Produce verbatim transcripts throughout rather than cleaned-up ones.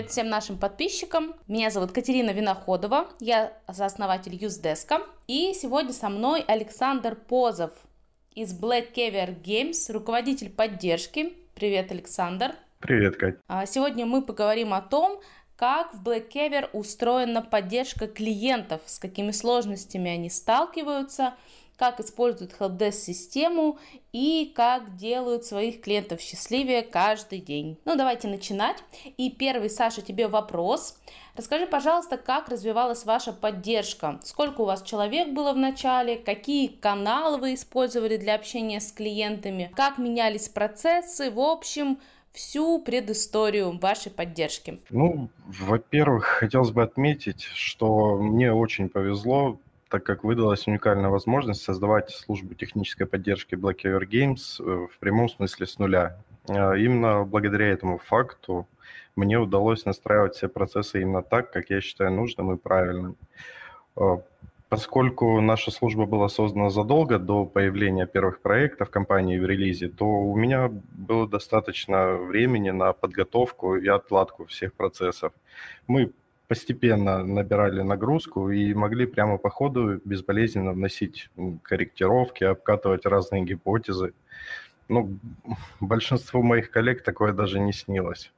привет всем нашим подписчикам. Меня зовут Катерина Виноходова, я сооснователь Юздеска. И сегодня со мной Александр Позов из Black Caviar Games, руководитель поддержки. Привет, Александр. Привет, Кать. Сегодня мы поговорим о том, как в Black Caviar устроена поддержка клиентов, с какими сложностями они сталкиваются, как используют helpdesk-систему и как делают своих клиентов счастливее каждый день. Ну, давайте начинать. И первый, Саша, тебе вопрос. Расскажи, пожалуйста, как развивалась ваша поддержка? Сколько у вас человек было в начале? Какие каналы вы использовали для общения с клиентами? Как менялись процессы? В общем, всю предысторию вашей поддержки. Ну, во-первых, хотелось бы отметить, что мне очень повезло, так как выдалась уникальная возможность создавать службу технической поддержки Black Caviar Games в прямом смысле с нуля. Именно благодаря этому факту мне удалось настраивать все процессы именно так, как я считаю нужным и правильным. Поскольку наша служба была создана задолго до появления первых проектов компании в релизе, то у меня было достаточно времени на подготовку и отладку всех процессов. Мы постепенно набирали нагрузку и могли прямо по ходу безболезненно вносить корректировки, обкатывать разные гипотезы. Ну, большинству моих коллег такое даже не снилось.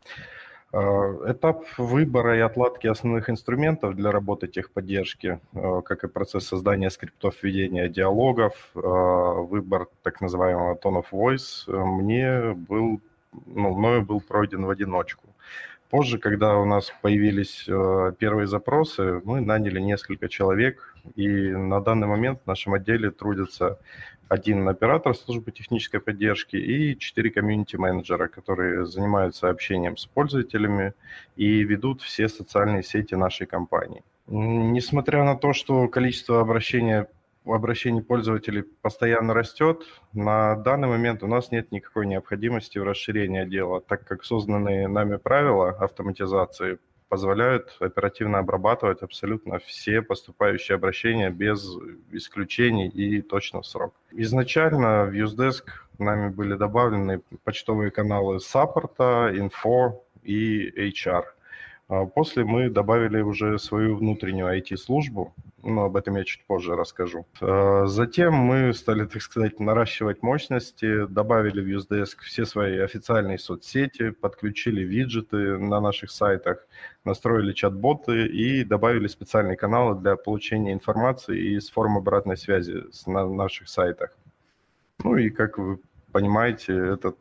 Этап выбора и отладки основных инструментов для работы техподдержки, как и процесс создания скриптов ведения диалогов, выбор так называемого tone of voice, мне был, ну, мною был пройден в одиночку. Позже, когда у нас появились первые запросы, мы наняли несколько человек, и на данный момент в нашем отделе трудятся один оператор службы технической поддержки и четыре комьюнити-менеджера, которые занимаются общением с пользователями и ведут все социальные сети нашей компании. Несмотря на то, что количество обращений обращений пользователей постоянно растет, на данный момент у нас нет никакой необходимости в расширении отдела, так как созданные нами правила автоматизации позволяют оперативно обрабатывать абсолютно все поступающие обращения без исключений и точно в срок. Изначально в Юздеск нами были добавлены почтовые каналы саппорта, инфо и эйч ар. После мы добавили уже свою внутреннюю ай ти-службу, но об этом я чуть позже расскажу. Затем мы стали, так сказать, наращивать мощности, добавили в Юздеск все свои официальные соцсети, подключили виджеты на наших сайтах, настроили чат-боты и добавили специальные каналы для получения информации из форм обратной связи на наших сайтах. Ну и, как вы понимаете, этот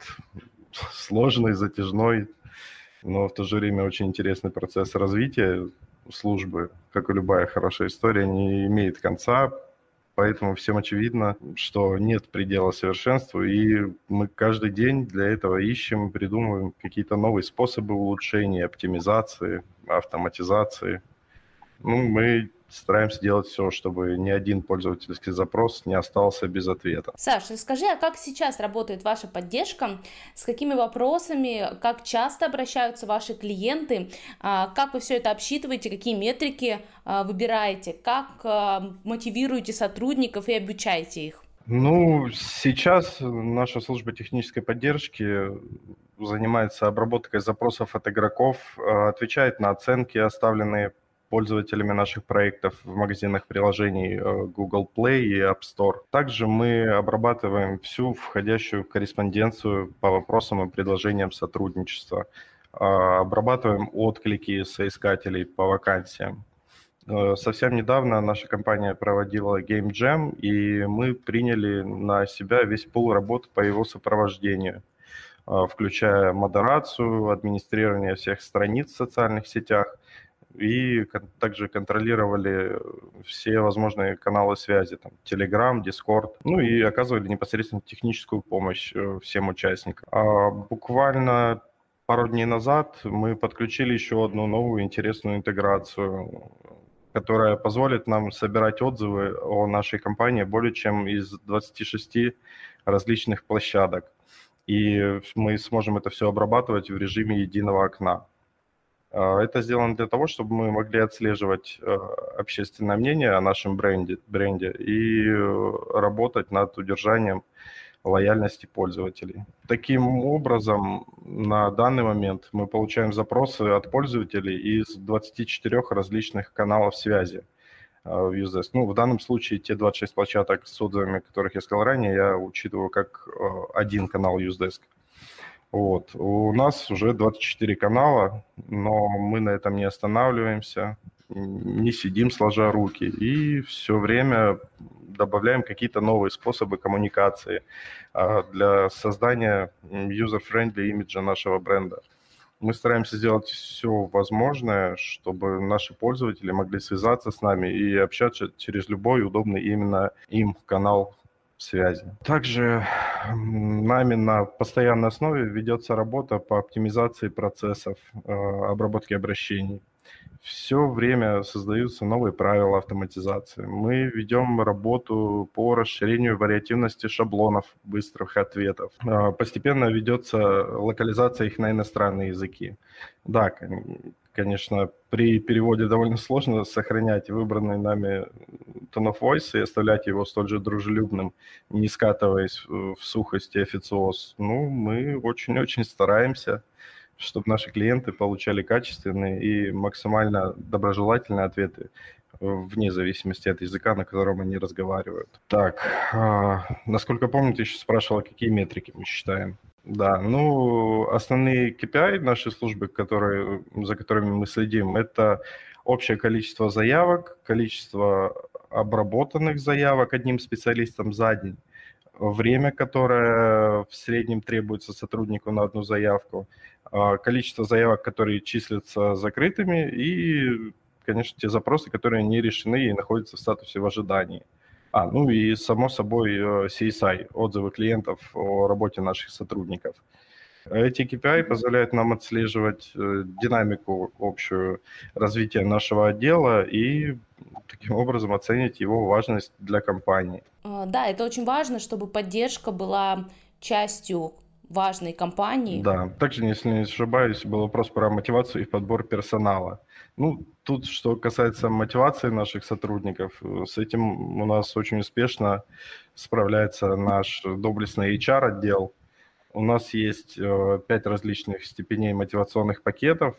сложный, затяжной, но в то же время очень интересный процесс развития службы, как и любая хорошая история, не имеет конца, поэтому всем очевидно, что нет предела совершенству, и мы каждый день для этого ищем, придумываем какие-то новые способы улучшения, оптимизации, автоматизации. Ну, мы стараемся делать все, чтобы ни один пользовательский запрос не остался без ответа. Саш, расскажи, а как сейчас работает ваша поддержка? С какими вопросами, как часто обращаются ваши клиенты? Как вы все это обсчитываете? Какие метрики выбираете? Как мотивируете сотрудников и обучаете их? Ну, сейчас наша служба технической поддержки занимается обработкой запросов от игроков, отвечает на оценки, оставленные пользователями наших проектов в магазинах приложений Google Play и App Store. Также мы обрабатываем всю входящую корреспонденцию по вопросам и предложениям сотрудничества, обрабатываем отклики соискателей по вакансиям. Совсем недавно наша компания проводила Game Jam, и мы приняли на себя весь пул работ по его сопровождению, включая модерацию, администрирование всех страниц в социальных сетях, и также контролировали все возможные каналы связи, там, Telegram, Discord, ну и оказывали непосредственно техническую помощь всем участникам. А буквально пару дней назад мы подключили еще одну новую интересную интеграцию, которая позволит нам собирать отзывы о нашей компании более чем из двадцати шести различных площадок. И мы сможем это все обрабатывать в режиме единого окна. Это сделано для того, чтобы мы могли отслеживать общественное мнение о нашем бренде, бренде и работать над удержанием лояльности пользователей. Таким образом, на данный момент мы получаем запросы от пользователей из двадцати четырёх различных каналов связи в Usedesk. Ну, в данном случае те двадцать шесть площадок с отзывами, о которых я сказал ранее, я учитываю как один канал Usedesk. Вот. У нас уже двадцать четыре канала, но мы на этом не останавливаемся, не сидим сложа руки и все время добавляем какие-то новые способы коммуникации для создания user-friendly имиджа нашего бренда. Мы стараемся сделать все возможное, чтобы наши пользователи могли связаться с нами и общаться через любой удобный именно им канал связи. Также нами на постоянной основе ведется работа по оптимизации процессов э, обработки обращений. Все время создаются новые правила автоматизации. Мы ведем работу по расширению вариативности шаблонов быстрых ответов. Э, постепенно ведется локализация их на иностранные языки. Да, конечно, при переводе довольно сложно сохранять выбранный нами tone of voice и оставлять его столь же дружелюбным, не скатываясь в сухость и официоз. Ну, мы очень-очень стараемся, чтобы наши клиенты получали качественные и максимально доброжелательные ответы вне зависимости от языка, на котором они разговаривают. Так, насколько помню, ты еще спрашивала, какие метрики мы считаем. Да, ну, основные кей пи ай нашей службы, которые, за которыми мы следим, это общее количество заявок, количество обработанных заявок одним специалистом за день, время, которое в среднем требуется сотруднику на одну заявку, количество заявок, которые числятся закрытыми, и, конечно, те запросы, которые не решены и находятся в статусе в ожидании. А, ну и, само собой, си эс ай, отзывы клиентов о работе наших сотрудников. Эти кей пи ай позволяют нам отслеживать динамику общую развития нашего отдела и таким образом оценить его важность для компании. Да, это очень важно, чтобы поддержка была частью важной компании. Да, также, если не ошибаюсь, был вопрос про мотивацию и подбор персонала. Ну, тут, что касается мотивации наших сотрудников, с этим у нас очень успешно справляется наш доблестный эйч ар-отдел. У нас есть пять различных степеней мотивационных пакетов,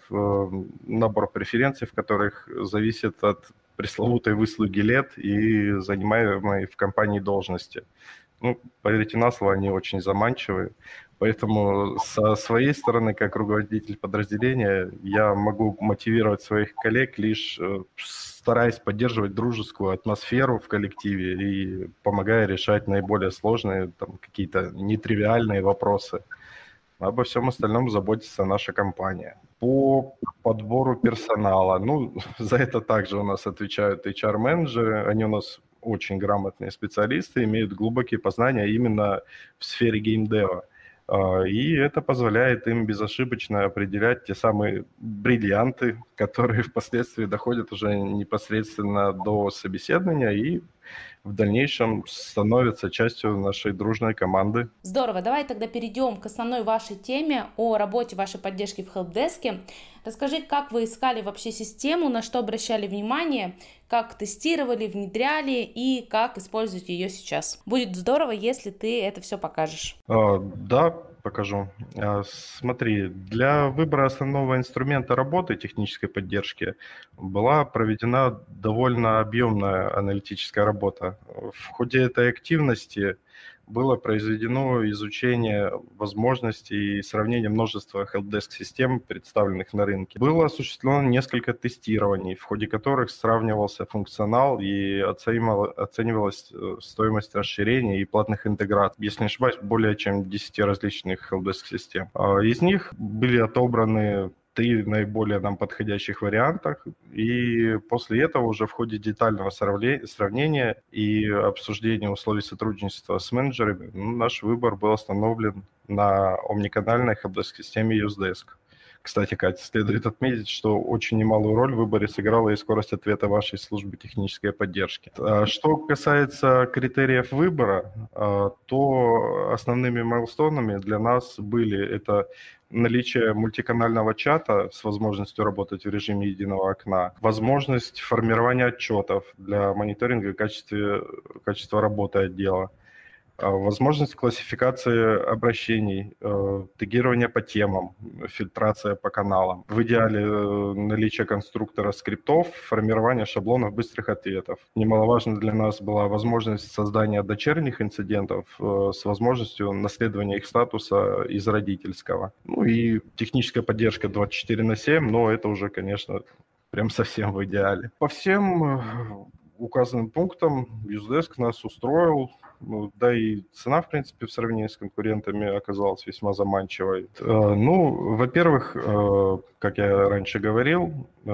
набор преференций, в которых зависит от пресловутой выслуги лет и занимаемой в компании должности. Ну, поверьте на слово, они очень заманчивые. Поэтому со своей стороны, как руководитель подразделения, я могу мотивировать своих коллег, лишь стараясь поддерживать дружескую атмосферу в коллективе и помогая решать наиболее сложные, там, какие-то нетривиальные вопросы. Обо всем остальном заботится наша компания. По подбору персонала, ну, за это также у нас отвечают эйч ар-менеджеры, они у нас очень грамотные специалисты, имеют глубокие познания именно в сфере геймдева. И это позволяет им безошибочно определять те самые бриллианты, которые впоследствии доходят уже непосредственно до собеседования и в дальнейшем становятся частью нашей дружной команды. Здорово, давай тогда перейдем к основной вашей теме о работе вашей поддержки в хелпдеске. Расскажи, как вы искали вообще систему, на что обращали внимание, как тестировали, внедряли и как используете ее сейчас. Будет здорово, если ты это все покажешь. А, да, покажу. А, смотри, для выбора основного инструмента работы технической поддержки была проведена довольно объемная аналитическая работа. В ходе этой активности было произведено изучение возможностей и сравнение множества хелпдеск-систем, представленных на рынке. Было осуществлено несколько тестирований, в ходе которых сравнивался функционал и оценивалась стоимость расширения и платных интеграций. Если не ошибаюсь, более чем десять различных хелпдеск-систем. Из них были отобраны три наиболее нам подходящих вариантах, и после этого уже в ходе детального сравнения и обсуждения условий сотрудничества с менеджерами наш выбор был остановлен на омниканальной хелпдеск-системе Usedesk. Кстати, Катя, следует отметить, что очень немалую роль в выборе сыграла и скорость ответа вашей службы технической поддержки. Что касается критериев выбора, то основными майлстоунами для нас были это наличие мультиканального чата с возможностью работать в режиме единого окна, возможность формирования отчетов для мониторинга качества, качества работы отдела, Возможность классификации обращений, тегирование по темам, фильтрация по каналам. В идеале наличие конструктора скриптов, формирование шаблонов быстрых ответов. Немаловажно для нас была возможность создания дочерних инцидентов с возможностью наследования их статуса из родительского. Ну и техническая поддержка двадцать четыре на семь, но это уже, конечно, прям совсем в идеале. По всем указанным пунктам Usedesk нас устроил. Ну, да и цена, в принципе, в сравнении с конкурентами оказалась весьма заманчивой. Ну, во-первых, как я раньше говорил,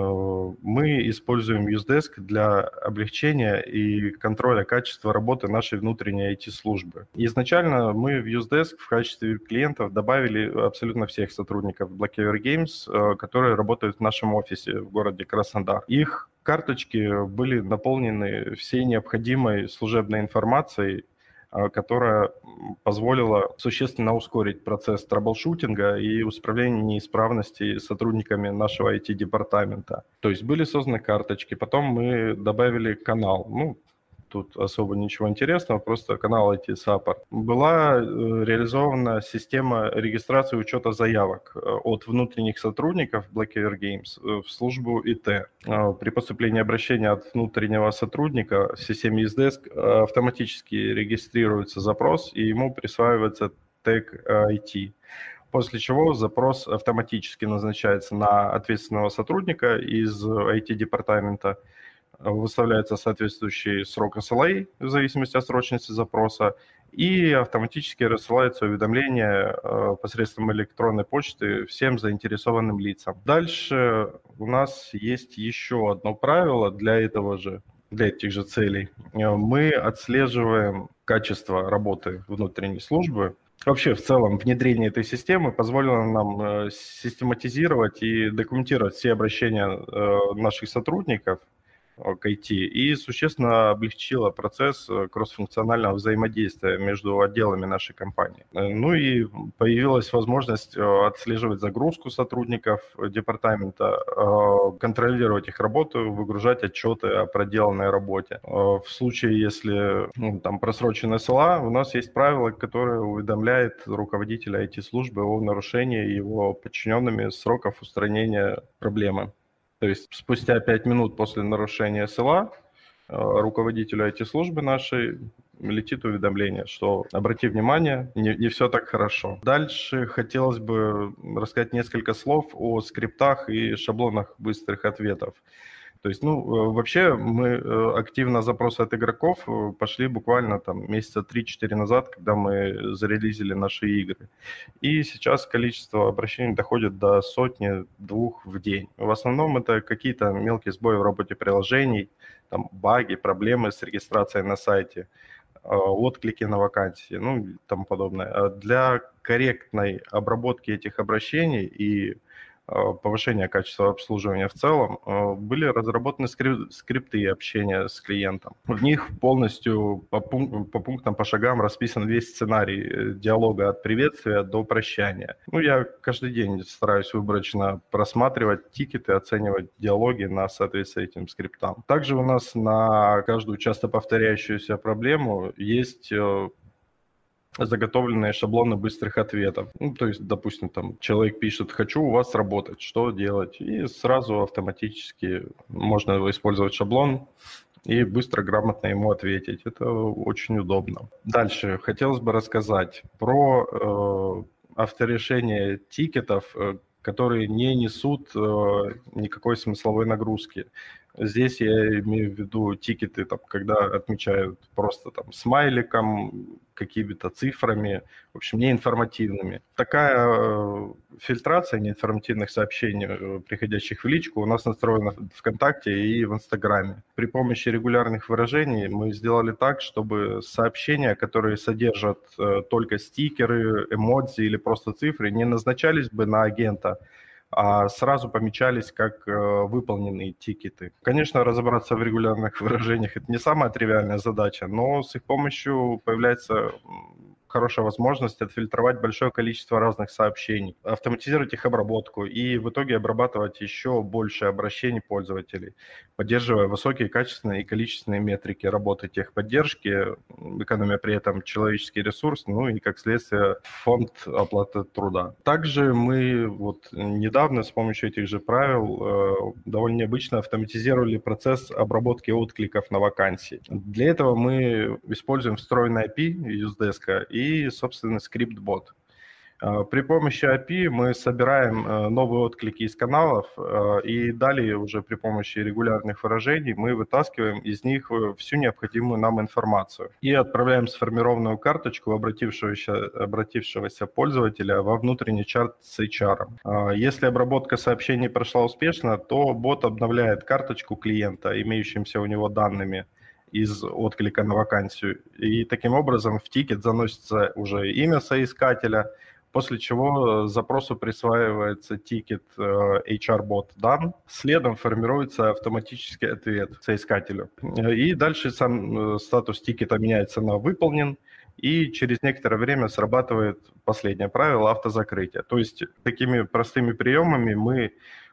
мы используем Usedesk для облегчения и контроля качества работы нашей внутренней ай ти-службы. Изначально мы в Usedesk в качестве клиентов добавили абсолютно всех сотрудников Blackever Games, которые работают в нашем офисе в городе Краснодар. Их карточки были наполнены всей необходимой служебной информацией, которая позволила существенно ускорить процесс траблшутинга и исправления неисправностей сотрудниками нашего ай ти-департамента. То есть были созданы карточки, потом мы добавили канал. Ну, тут особо ничего интересного, просто канал ай ти-Support. Была реализована система регистрации учета заявок от внутренних сотрудников Blackever Games в службу ай ти. При поступлении обращения от внутреннего сотрудника в системе Usedesk автоматически регистрируется запрос, и ему присваивается тег ай ти. После чего запрос автоматически назначается на ответственного сотрудника из ай ти-департамента, выставляется соответствующий срок эс эл эй в зависимости от срочности запроса, и автоматически рассылается уведомление посредством электронной почты всем заинтересованным лицам. Дальше у нас есть еще одно правило для этого же, для этих же целей. Мы отслеживаем качество работы внутренней службы. Вообще, в целом, внедрение этой системы позволило нам систематизировать и документировать все обращения наших сотрудников к ай ти и существенно облегчила процесс кроссфункционального взаимодействия между отделами нашей компании. Ну и появилась возможность отслеживать загрузку сотрудников департамента, контролировать их работу, выгружать отчеты о проделанной работе. В случае, если ну, там просрочен эс эл эй, у нас есть правило, которое уведомляет руководителя ай ти-службы о нарушении его подчиненными сроков устранения проблемы. То есть спустя пять минут после нарушения эс эл эй руководителю ай ти-службы нашей летит уведомление, что обрати внимание, не, не все так хорошо. Дальше хотелось бы рассказать несколько слов о скриптах и шаблонах быстрых ответов. То есть, ну, вообще мы активно запросы от игроков пошли буквально там месяца три-четыре назад, когда мы зарелизили наши игры. И сейчас количество обращений доходит до сотни-двух в день. В основном это какие-то мелкие сбои в работе приложений, там баги, проблемы с регистрацией на сайте, отклики на вакансии, ну и тому подобное. Для корректной обработки этих обращений и повышения качества обслуживания в целом, были разработаны скрипты общения с клиентом. В них полностью по, пунк- по пунктам, по шагам расписан весь сценарий диалога от приветствия до прощания. Ну, я каждый день стараюсь выборочно просматривать тикеты, оценивать диалоги на соответствие этим скриптам. Также у нас на каждую часто повторяющуюся проблему есть заготовленные шаблоны быстрых ответов. Ну, то есть, допустим, там человек пишет: «Хочу у вас работать, что делать?» И сразу автоматически можно использовать шаблон и быстро, грамотно ему ответить. Это очень удобно. Дальше хотелось бы рассказать про э, авторешение тикетов, э, которые не несут э, никакой смысловой нагрузки. Здесь я имею в виду тикеты, там, когда отмечают просто там смайликом, какими-то цифрами, в общем, неинформативными. Такая э, фильтрация неинформативных сообщений, э, приходящих в личку, у нас настроена в ВКонтакте и в Инстаграме. При помощи регулярных выражений мы сделали так, чтобы сообщения, которые содержат э, только стикеры, эмодзи или просто цифры, не назначались бы на агента, а сразу помечались как э, выполненные тикеты. Конечно, разобраться в регулярных выражениях – это не самая тривиальная задача, но с их помощью появляется хорошая возможность отфильтровать большое количество разных сообщений, автоматизировать их обработку и в итоге обрабатывать еще больше обращений пользователей, поддерживая высокие качественные и количественные метрики работы техподдержки, экономя при этом человеческий ресурс, ну и, как следствие, фонд оплаты труда. Также мы вот недавно с помощью этих же правил э, довольно необычно автоматизировали процесс обработки откликов на вакансии. Для этого мы используем встроенный эй пи Usedesk и, собственно, скрипт-бот. При помощи эй пи ай мы собираем новые отклики из каналов, и далее уже при помощи регулярных выражений мы вытаскиваем из них всю необходимую нам информацию и отправляем сформированную карточку обратившегося, обратившегося пользователя во внутренний чат с эйч ар. Если обработка сообщений прошла успешно, то бот обновляет карточку клиента, имеющимися у него данными из отклика на вакансию, и таким образом в тикет заносится уже имя соискателя, после чего запросу присваивается тикет эйч ар-бот дан, следом формируется автоматический ответ соискателю. И дальше сам статус тикета меняется на «выполнен», и через некоторое время срабатывает последнее правило автозакрытия. То есть такими простыми приемами мы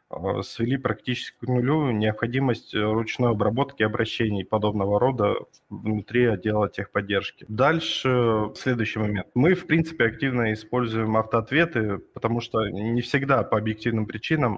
свели практически к нулю необходимость ручной обработки обращений подобного рода внутри отдела техподдержки. Дальше следующий момент. Мы, в принципе, активно используем автоответы, потому что не всегда по объективным причинам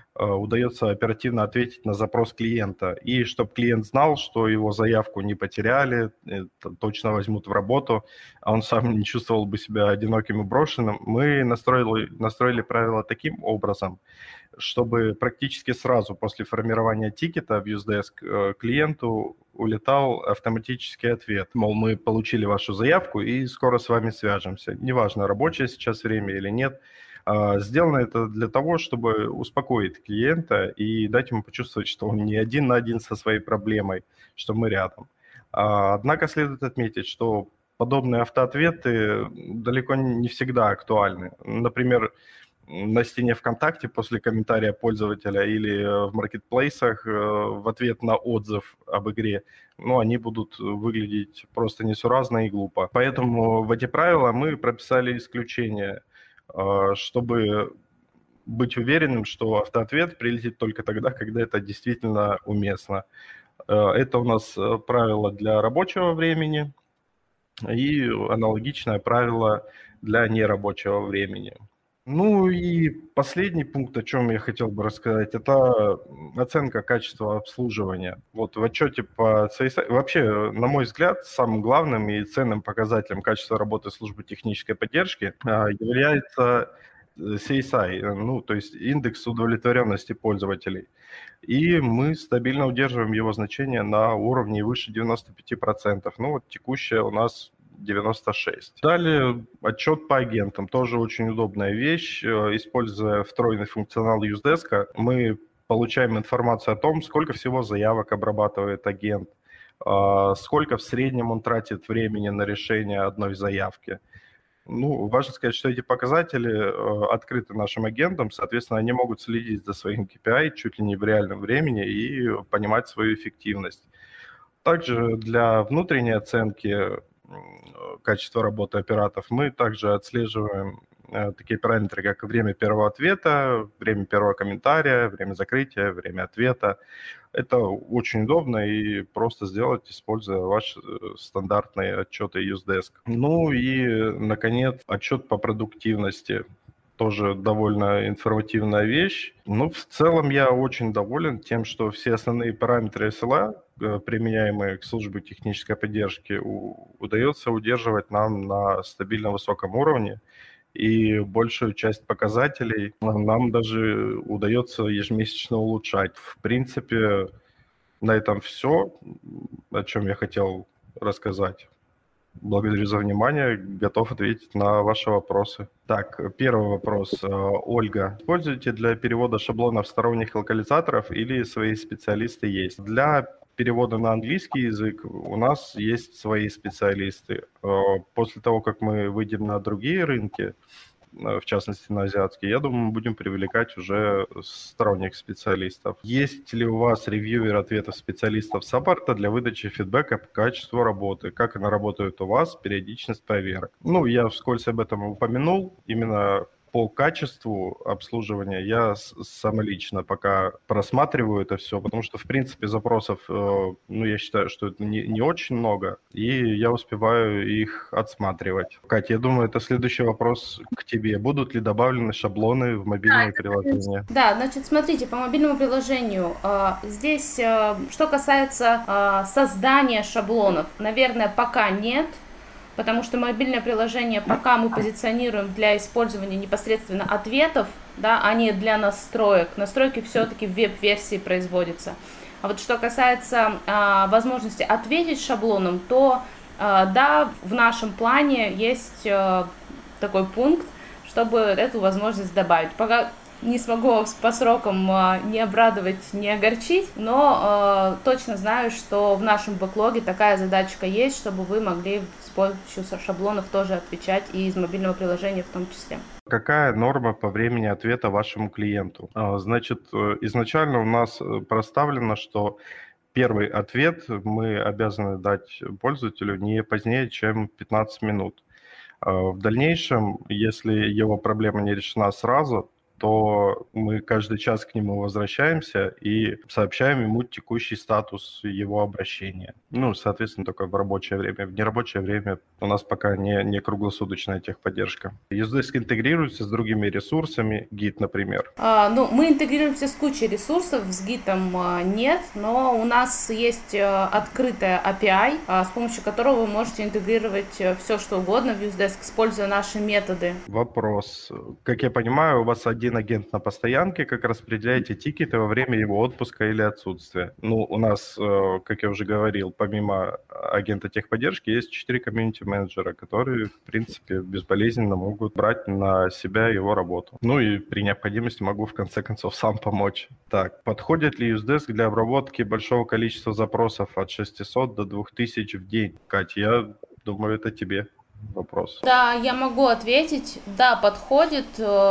удается оперативно ответить на запрос клиента. И чтобы клиент знал, что его заявку не потеряли, точно возьмут в работу, а он сам не чувствовал бы себя одиноким и брошенным, мы настроили, настроили правила таким образом, чтобы практически сразу после формирования тикета в Usedesk клиенту улетал автоматический ответ. Мол, мы получили вашу заявку и скоро с вами свяжемся. Неважно, рабочее сейчас время или нет. Сделано это для того, чтобы успокоить клиента и дать ему почувствовать, что он не один на один со своей проблемой, что мы рядом. Однако следует отметить, что подобные автоответы далеко не всегда актуальны. Например, на стене ВКонтакте после комментария пользователя или в маркетплейсах в ответ на отзыв об игре, ну, они будут выглядеть просто несуразно и глупо. Поэтому в эти правила мы прописали исключение, чтобы быть уверенным, что автоответ прилетит только тогда, когда это действительно уместно. Это у нас правило для рабочего времени и аналогичное правило для нерабочего времени. Ну и последний пункт, о чем я хотел бы рассказать, это оценка качества обслуживания. Вот в отчете по си эс ай, вообще, на мой взгляд, самым главным и ценным показателем качества работы службы технической поддержки является си эс ай, ну, то есть индекс удовлетворенности пользователей. И мы стабильно удерживаем его значение на уровне выше девяноста пяти процентов. Ну, вот текущее у нас девяносто шесть. Далее отчет по агентам. Тоже очень удобная вещь. Используя встроенный функционал Usedesk, мы получаем информацию о том, сколько всего заявок обрабатывает агент, сколько в среднем он тратит времени на решение одной заявки. Ну, важно сказать, что эти показатели открыты нашим агентам, соответственно, они могут следить за своим кей пи ай чуть ли не в реальном времени и понимать свою эффективность. Также для внутренней оценки качества работы операторов мы также отслеживаем такие параметры, как время первого ответа, время первого комментария, время закрытия, время ответа. Это очень удобно и просто сделать, используя ваши стандартные отчеты Usedesk. Ну и, наконец, отчет по продуктивности. Тоже довольно информативная вещь. Ну, в целом я очень доволен тем, что все основные параметры эс эл а, применяемые к службе технической поддержки, удается удерживать нам на стабильно высоком уровне. И большую часть показателей нам даже удается ежемесячно улучшать. В принципе, на этом все, о чем я хотел рассказать. Благодарю за внимание, готов ответить на ваши вопросы. Так, первый вопрос. Ольга. Используете для перевода шаблонов сторонних локализаторов или свои специалисты есть? Для перевода на английский язык у нас есть свои специалисты. После того, как мы выйдем на другие рынки, в частности на азиатский, я думаю, мы будем привлекать уже сторонних специалистов. Есть ли у вас ревьюер ответов специалистов саппорта для выдачи фидбэка по качеству работы? Как она работает у вас? Периодичность проверок. Ну, я вскользь об этом упомянул. Именно по качеству обслуживания я самолично пока просматриваю это все, потому что, в принципе, запросов, ну, я считаю, что это не, не очень много, и я успеваю их отсматривать. Катя, я думаю, это следующий вопрос к тебе. Будут ли добавлены шаблоны в мобильные да, приложения? Да, значит, смотрите, по мобильному приложению, здесь, что касается создания шаблонов, наверное, пока нет, потому что мобильное приложение пока мы позиционируем для использования непосредственно ответов, да, а не для настроек. Настройки все-таки в веб-версии производятся. А вот что касается а, возможности ответить шаблоном, то а, да, в нашем плане есть а, такой пункт, чтобы эту возможность добавить. Пока не смогу вас по срокам а, не обрадовать, не огорчить, но а, точно знаю, что в нашем бэклоге такая задачка есть, чтобы вы могли с помощью шаблонов тоже отвечать и из мобильного приложения в том числе. Какая норма по времени ответа вашему клиенту? Значит, изначально у нас проставлено, что первый ответ мы обязаны дать пользователю не позднее, чем пятнадцать минут. В дальнейшем, если его проблема не решена сразу, то мы каждый час к нему возвращаемся и сообщаем ему текущий статус его обращения. Ну, соответственно, только в рабочее время. В нерабочее время у нас пока не, не круглосуточная техподдержка. Юздеск интегрируется с другими ресурсами, гит, например. А, ну, мы интегрируемся с кучей ресурсов, с гитом а, нет, но у нас есть а, открытая эй пи ай, а, с помощью которого вы можете интегрировать а, все, что угодно в Юздеск, используя наши методы. Вопрос. Как я понимаю, у вас один агент на постоянке, как распределяете тикеты во время его отпуска или отсутствия? Ну, у нас, как я уже говорил, помимо агента техподдержки, есть четыре комьюнити-менеджера, которые, в принципе, безболезненно могут брать на себя его работу. Ну и при необходимости могу, в конце концов, сам помочь. Так, подходит ли Юздеск для обработки большого количества запросов от шестисот до двух тысяч в день? Катя, я думаю, это тебе вопрос. Да, я могу ответить. Да, подходит.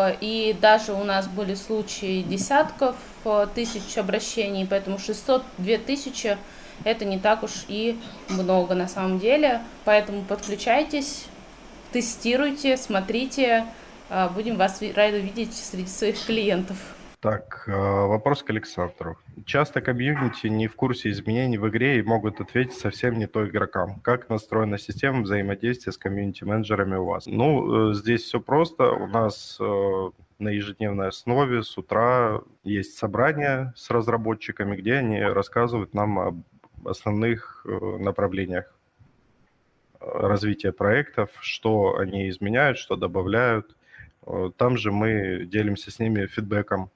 И даже у нас были случаи десятков тысяч обращений, поэтому шестьсот — две тысячи это не так уж и много на самом деле. Поэтому подключайтесь, тестируйте, смотрите. Будем вас рады видеть среди своих клиентов. Так, вопрос к Александру. Часто комьюнити не в курсе изменений в игре и могут ответить совсем не то игрокам. Как настроена система взаимодействия с комьюнити-менеджерами у вас? Ну, здесь все просто. У нас на ежедневной основе с утра есть собрания с разработчиками, где они рассказывают нам об основных направлениях развития проектов, что они изменяют, что добавляют. Там же мы делимся с ними фидбэком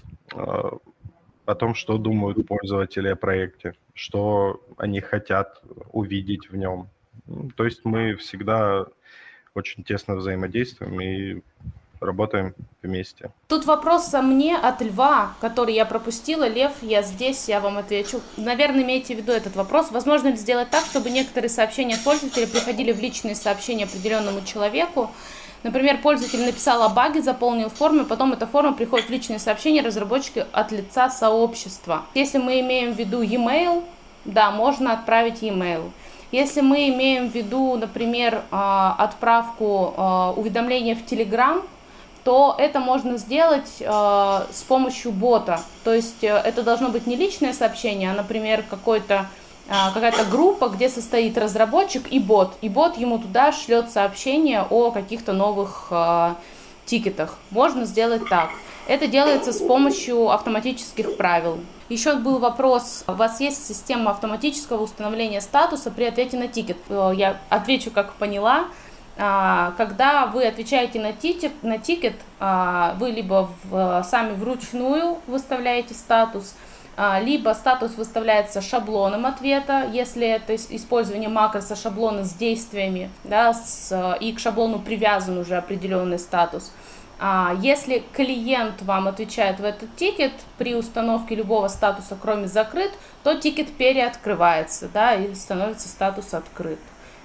о том, что думают пользователи о проекте, что они хотят увидеть в нем. То есть мы всегда очень тесно взаимодействуем и работаем вместе. Тут вопрос мне от Льва, который я пропустила. Лев, я здесь, я вам отвечу. Наверное, имейте в виду этот вопрос. Возможно ли сделать так, чтобы некоторые сообщения от пользователя приходили в личные сообщения определенному человеку? Например, пользователь написал о баге, заполнил форму, потом эта форма приходит в личные сообщения разработчика от лица сообщества. Если мы имеем в виду e-mail, да, можно отправить e-mail. Если мы имеем в виду, например, отправку уведомления в Telegram, то это можно сделать с помощью бота. То есть это должно быть не личное сообщение, а, например, какой-то какая-то группа, где состоит разработчик и бот, и бот ему туда шлет сообщение о каких-то новых э, тикетах. Можно сделать так. Это делается с помощью автоматических правил. Еще был вопрос, у вас есть система автоматического установления статуса при ответе на тикет? Я отвечу, как поняла. Когда вы отвечаете на тикет, на тикет вы либо в, сами вручную выставляете статус, либо статус выставляется шаблоном ответа, если это использование макроса шаблона с действиями, да, с, и к шаблону привязан уже определенный статус. Если клиент вам отвечает в этот тикет при установке любого статуса, кроме закрыт, то тикет переоткрывается, да, и становится статус открыт.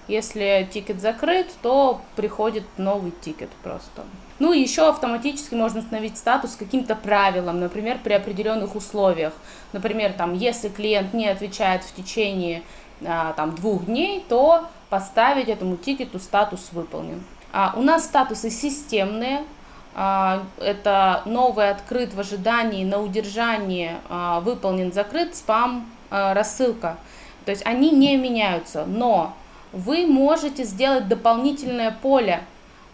Если тикет закрыт, то приходит новый тикет просто. Ну и еще автоматически можно установить статус каким-то правилам, например, при определенных условиях. Например, там, если клиент не отвечает в течение а, там, двух дней, то поставить этому тикету статус выполнен. А, у нас статусы системные. А, это новый открыт в ожидании, на удержании, а, выполнен, закрыт, спам, а, рассылка. То есть они не меняются, но вы можете сделать дополнительное поле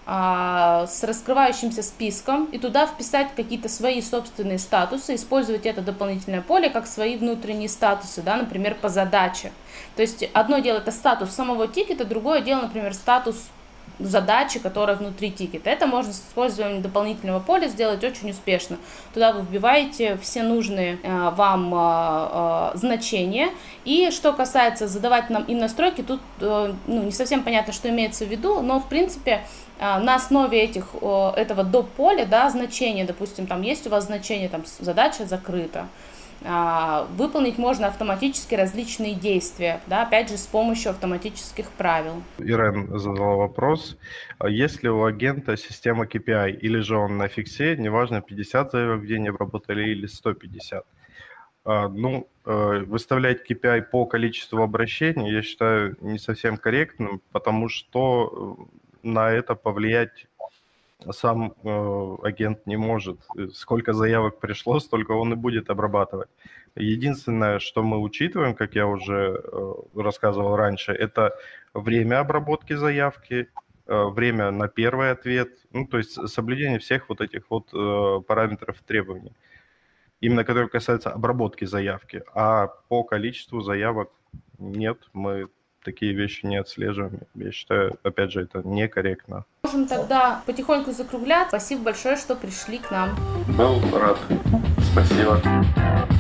а, с раскрывающимся списком и туда вписать какие-то свои собственные статусы, использовать это дополнительное поле как свои внутренние статусы, да, например, по задаче. То есть одно дело это статус самого тикета, другое дело, например, статус задачи, которая внутри тикета. Это можно с использованием дополнительного поля сделать очень успешно. Туда вы вбиваете все нужные э, вам э, э, значения. И что касается задавать нам им настройки, тут э, ну, не совсем понятно, что имеется в виду, но в принципе э, на основе этих, э, этого доп. Поля, да, значения, допустим, там есть у вас значение, там задача закрыта. Выполнить можно автоматически различные действия, да, опять же, с помощью автоматических правил. Ирен задала вопрос, есть ли у агента система кей пи ай, или же он на фиксе, неважно, пятьдесят заявок в день обработали или сто пятьдесят. Ну, выставлять кей пи ай по количеству обращений, я считаю, не совсем корректным, потому что на это повлиять сам э, агент не может. Сколько заявок пришло, столько он и будет обрабатывать. Единственное, что мы учитываем, как я уже э, рассказывал раньше, это время обработки заявки, э, время на первый ответ, ну, то есть соблюдение всех вот этих вот э, параметров требований, именно которые касаются обработки заявки. А по количеству заявок нет, мы такие вещи не отслеживаем. Я считаю, опять же, это некорректно. Можем тогда потихоньку закругляться. Спасибо большое, что пришли к нам. Был рад. Спасибо.